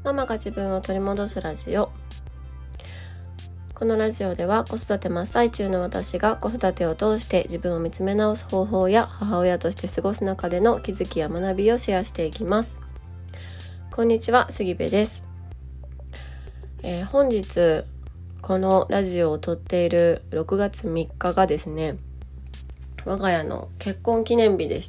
ママが自分を取り戻すラジオ。このラジオでは子育て真っ最中の私が子育てを通して自分を見つめ直す方法や母親として過ごす中での気づきや学びをシェアしていきます。こんにちは、杉部です。本日このラジオを撮っている6月3日がですね、我が家の結婚記念日でして、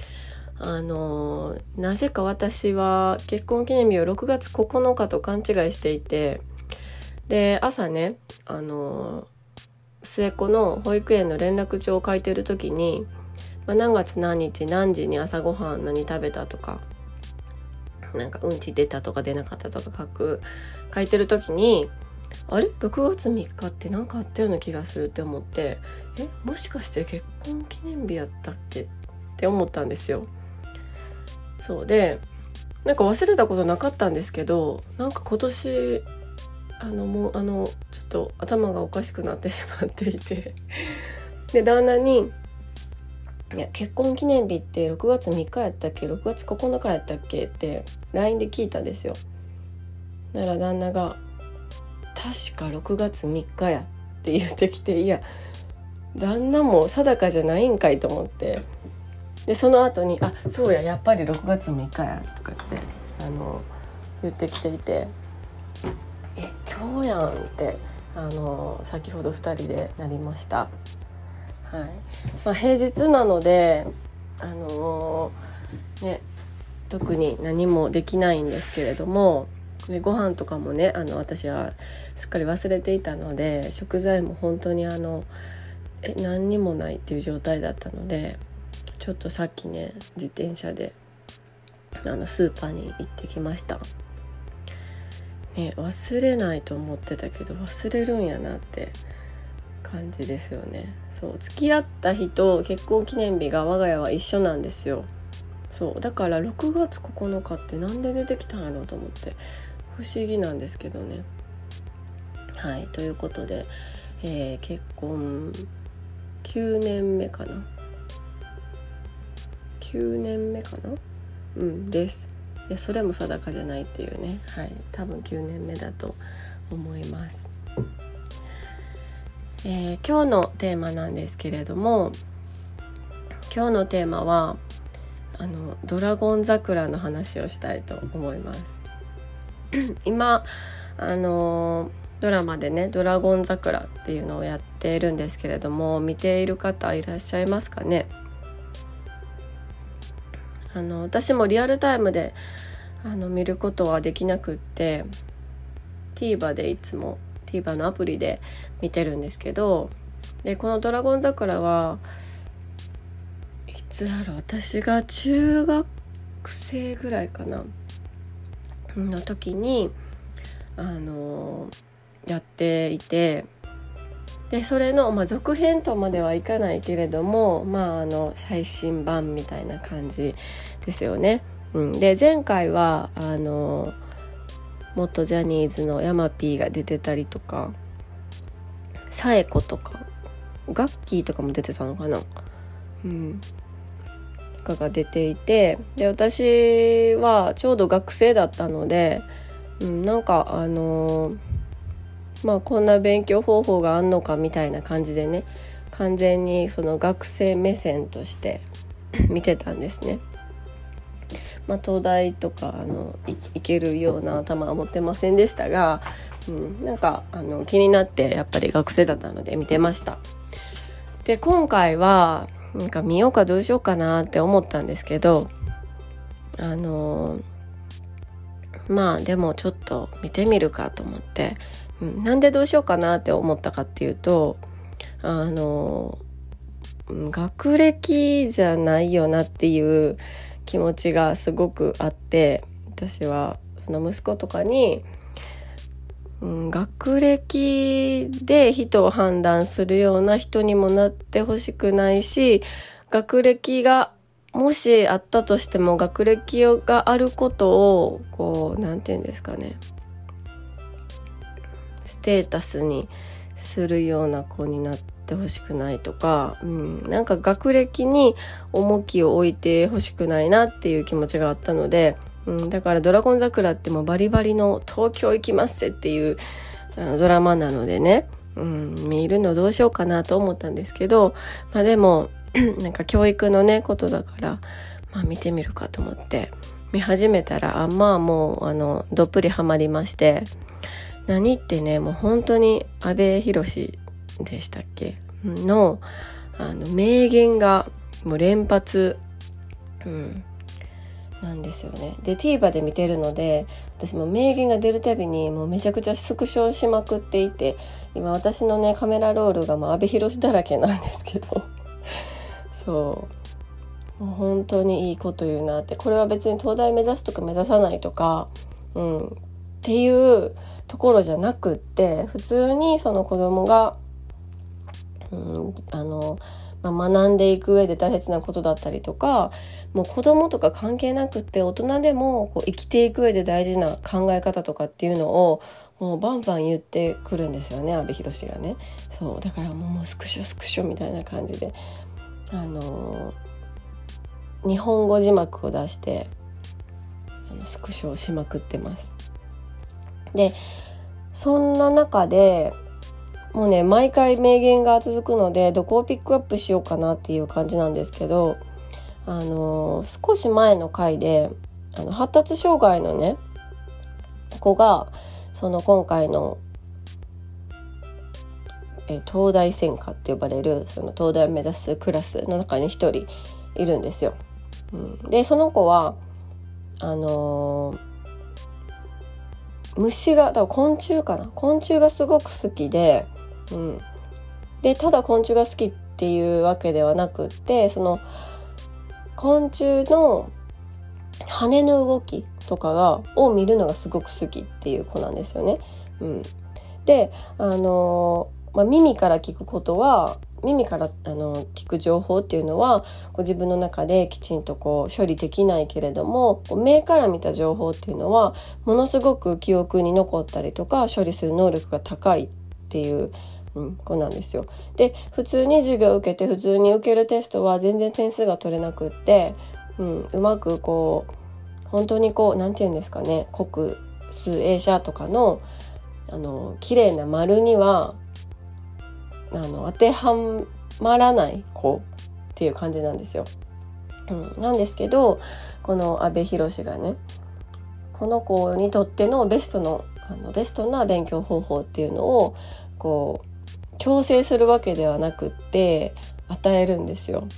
なぜか私は結婚記念日を6月9日と勘違いしていて、で朝ね末っ子の保育園の連絡帳を書いてる時に、何月何日何時に朝ごはん何食べたとか、なんかうんち出たとか出なかったとか書いてる時に、あれ6月3日って何かあったような気がするって思って、もしかして結婚記念日やったっけって思ったんですよ。そうで、なんか忘れたことなかったんですけど、なんか今年もうちょっと頭がおかしくなってしまっていてで旦那に結婚記念日って6月3日やったっけ6月9日やったっけって LINE で聞いたんですよ。だから旦那が確か6月3日やって言ってきて、いや旦那も定かじゃないんかいと思って、でその後にそうやっぱり6月3日やとかって言ってきていて、今日やんって先ほど2人でなりました。平日なので特に何もできないんですけれども、でご飯とかもね私はすっかり忘れていたので、食材も本当に何にもないっていう状態だったので、ちょっとさっきね自転車でスーパーに行ってきました。忘れないと思ってたけど忘れるんやなって感じですよね。そう、付き合った日と結婚記念日が我が家は一緒なんですよ。そうだから6月9日ってなんで出てきたんやろうと思って不思議なんですけどね。ということで、結婚9年目かなです。それも定かじゃないっていうね、多分9年目だと思います。今日のテーマなんですけれども、今日のテーマはドラゴン桜の話をしたいと思います今ドラマでねドラゴン桜っていうのをやっているんですけれども、見ている方いらっしゃいますかね。私もリアルタイムで見ることはできなくって、 TVer でいつも TVer のアプリで見てるんですけど、でこのドラゴン桜はいつだろう、私が中学生ぐらいかなの時にやっていて、でそれの、続編とまではいかないけれども、最新版みたいな感じですよね。で前回は元ジャニーズのヤマピーが出てたりとか、サエコとかガッキーとかも出てたのかな、が出ていて、で私はちょうど学生だったので、なんかこんな勉強方法があんのかみたいな感じでね、完全にその学生目線として見てたんですね。東大とか行けるような頭は持ってませんでしたが、なんか気になってやっぱり学生だったので見てました。で今回はなんか見ようかどうしようかなって思ったんですけど、でもちょっと見てみるかと思って、なんでどうしようかなって思ったかっていうと、学歴じゃないよなっていう気持ちがすごくあって、私はその息子とかに、学歴で人を判断するような人にもなってほしくないし、学歴がもしあったとしても学歴があることをなんていうんですかね、ステータスにするような子になってほしくないとか、なんか学歴に重きを置いてほしくないなっていう気持ちがあったので、 だからドラゴン桜ってもうバリバリの東京行きますっていうドラマなのでね、見るのどうしようかなと思ったんですけど、でもなんか教育のねことだから、見てみるかと思って見始めたらもうどっぷりハマりまして、何ってねもう本当に阿部寛でしたっけの名言がもう連発、なんですよね。で TVer で見てるので、私も名言が出るたびにもうめちゃくちゃスクショしまくっていて、今私のねカメラロールが阿部寛だらけなんですけどそうもう本当にいいこと言うなって。これは別に東大目指すとか目指さないとか、っていうところじゃなくって、普通にその子供が、学んでいく上で大切なことだったりとか、もう子供とか関係なくって大人でもこう生きていく上で大事な考え方とかっていうのをもうバンバン言ってくるんですよね、阿部寛がね。そうだからもうスクショみたいな感じで日本語字幕を出してスクショをしまくってます。でそんな中でもうね毎回名言が続くので、どこをピックアップしようかなっていう感じなんですけど、少し前の回で発達障害のね子がその今回の東大専科って呼ばれるその東大を目指すクラスの中に一人いるんですよ。でその子は虫が多分昆虫がすごく好きで、でただ昆虫が好きっていうわけではなくって、その昆虫の羽の動きとかを見るのがすごく好きっていう子なんですよね。で耳から聞くことは耳から聞く情報っていうのはこう自分の中できちんとこう処理できないけれども、目から見た情報っていうのはものすごく記憶に残ったりとか処理する能力が高いっていう子なんですよ。で普通に授業を受けて普通に受けるテストは全然点数が取れなくって、うまくこう本当にこうなんていうんですかね、国数英社とかの綺麗な丸には当てはまらない子っていう感じなんですよ。なんですけどこの阿部寛がねこの子にとってのベストな勉強方法っていうのをこう強制するわけではなくって与えるんですよ。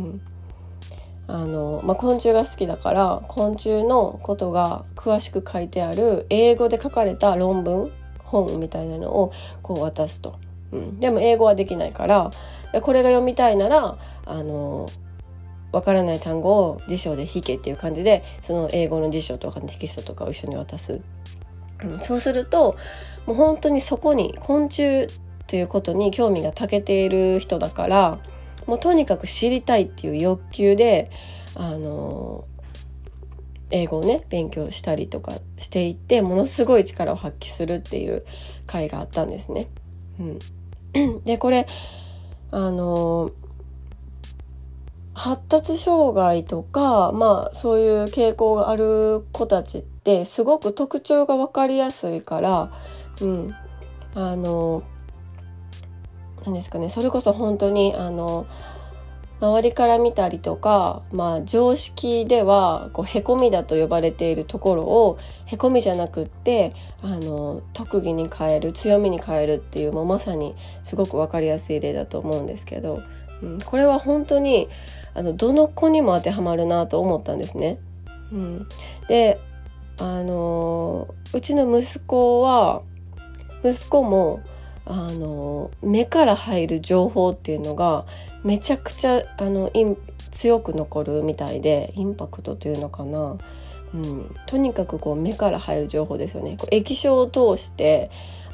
昆虫が好きだから昆虫のことが詳しく書いてある英語で書かれた本みたいなのをこう渡すと。でも英語はできないからこれが読みたいならわからない単語を辞書で引けっていう感じでその英語の辞書とかテキストとかを一緒に渡す。そうするともう本当にそこに昆虫ということに興味が長けている人だからもうとにかく知りたいっていう欲求で英語をね勉強したりとかしていってものすごい力を発揮するっていう回があったんですね。でこれ発達障害とかそういう傾向がある子たちってすごく特徴が分かりやすいから何ですかね、それこそ本当に周りから見たりとか、常識ではこうへこみだと呼ばれているところをへこみじゃなくって特技に変える強みに変えるっていうもうまさにすごく分かりやすい例だと思うんですけど、これは本当にどの子にも当てはまるなと思ったんですね。でうちの息子も目から入る情報っていうのがめちゃくちゃ強く残るみたいでインパクトというのかな、とにかくこう目から入る情報ですよね。こう液晶を通して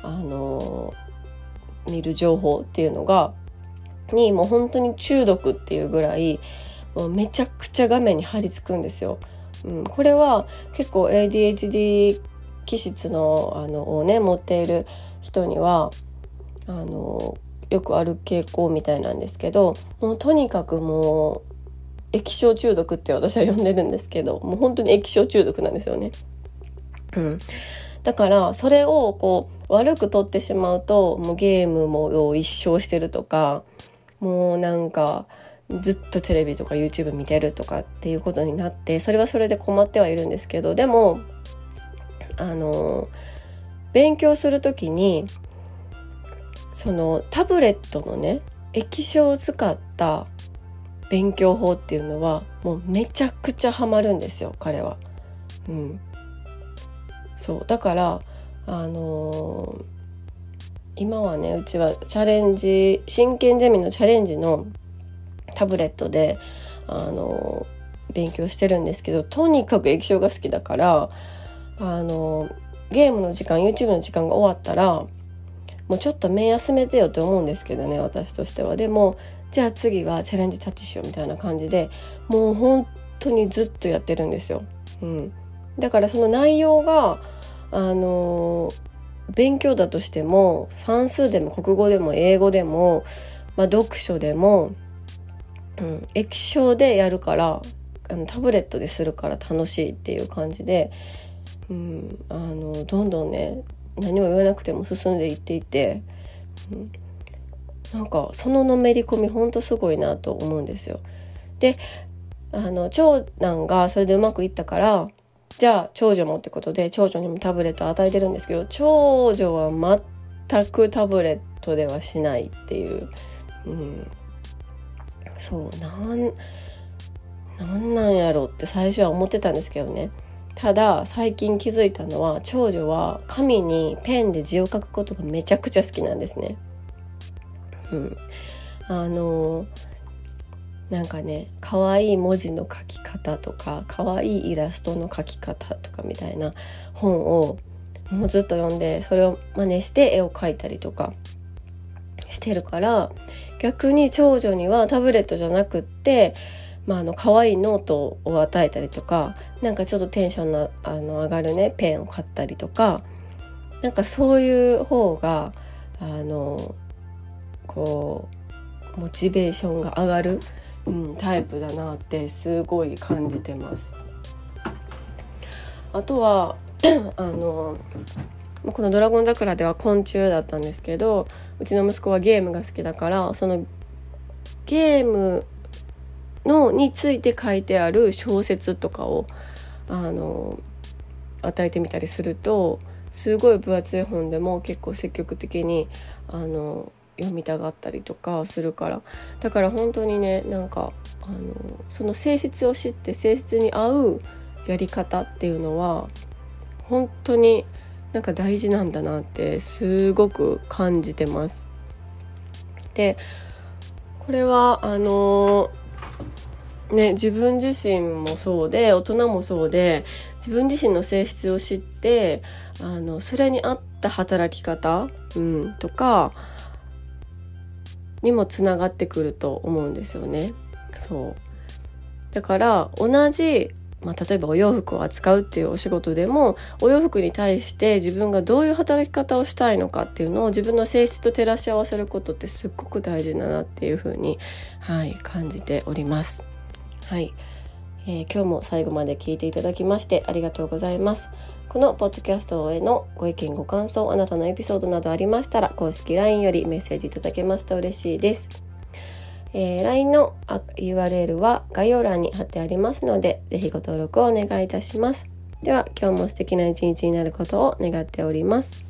見る情報っていうのがにもう本当に中毒っていうぐらいもうめちゃくちゃ画面に張り付くんですよ。これは結構 ADHD 気質をね持っている人にはよくある傾向みたいなんですけど、もうとにかくも液晶中毒って私は呼んでるんですけど、もう本当に液晶中毒なんですよね。だからそれをこう悪く取ってしまうと、もうゲームも一生してるとか、もうなんかずっとテレビとか YouTube 見てるとかっていうことになって、それはそれで困ってはいるんですけど、でも勉強するときにそのタブレットのね液晶を使った勉強法っていうのはもうめちゃくちゃハマるんですよ、彼は。そうだから今はね、うちはチャレンジ、真剣ゼミのチャレンジのタブレットで勉強してるんですけど、とにかく液晶が好きだからゲームの時間 YouTube の時間が終わったらもうちょっと目休めてよって思うんですけどね、私としては。でもじゃあ次はチャレンジタッチしようみたいな感じで、もう本当にずっとやってるんですよ。だからその内容が勉強だとしても、算数でも国語でも英語でも、読書でも、液晶でやるからタブレットでするから楽しいっていう感じで、どんどんね何も言わなくても進んでいっていて、なんかそののめり込みほんとすごいなと思うんですよ。で長男がそれでうまくいったから、じゃあ長女もってことで長女にもタブレットを与えてるんですけど、長女は全くタブレットではしないっていう、そうなんやろって最初は思ってたんですけどね。ただ最近気づいたのは、長女は紙にペンで字を書くことがめちゃくちゃ好きなんですね。なんかね、可愛い文字の書き方とか可愛いイラストの書き方とかみたいな本をもうずっと読んで、それを真似して絵を描いたりとかしてるから、逆に長女にはタブレットじゃなくって、可愛いノートを与えたりとか、なんかちょっとテンションの上がるねペンを買ったりとか、なんかそういう方がこうモチベーションが上がる、タイプだなってすごい感じてます。あとはこのドラゴン桜では昆虫だったんですけど、うちの息子はゲームが好きだから、そのゲームについて書いてある小説とかを与えてみたりすると、すごい分厚い本でも結構積極的に読みたがったりとかするから。だから本当にね、なんかその性質を知って性質に合うやり方っていうのは本当になんか大事なんだなってすごく感じてます。でこれは自分自身もそうで、大人もそうで、自分自身の性質を知ってそれに合った働き方、とかにもつながってくると思うんですよね。そうだから同じ、例えばお洋服を扱うっていうお仕事でも、お洋服に対して自分がどういう働き方をしたいのかっていうのを自分の性質と照らし合わせることってすっごく大事だなっていうふうに、感じております。今日も最後まで聞いていただきましてありがとうございます。このポッドキャストへのご意見ご感想、あなたのエピソードなどありましたら、公式 LINE よりメッセージいただけますと嬉しいです。LINE のURL は概要欄に貼ってありますので、ぜひご登録をお願いいたします。では今日も素敵な一日になることを願っております。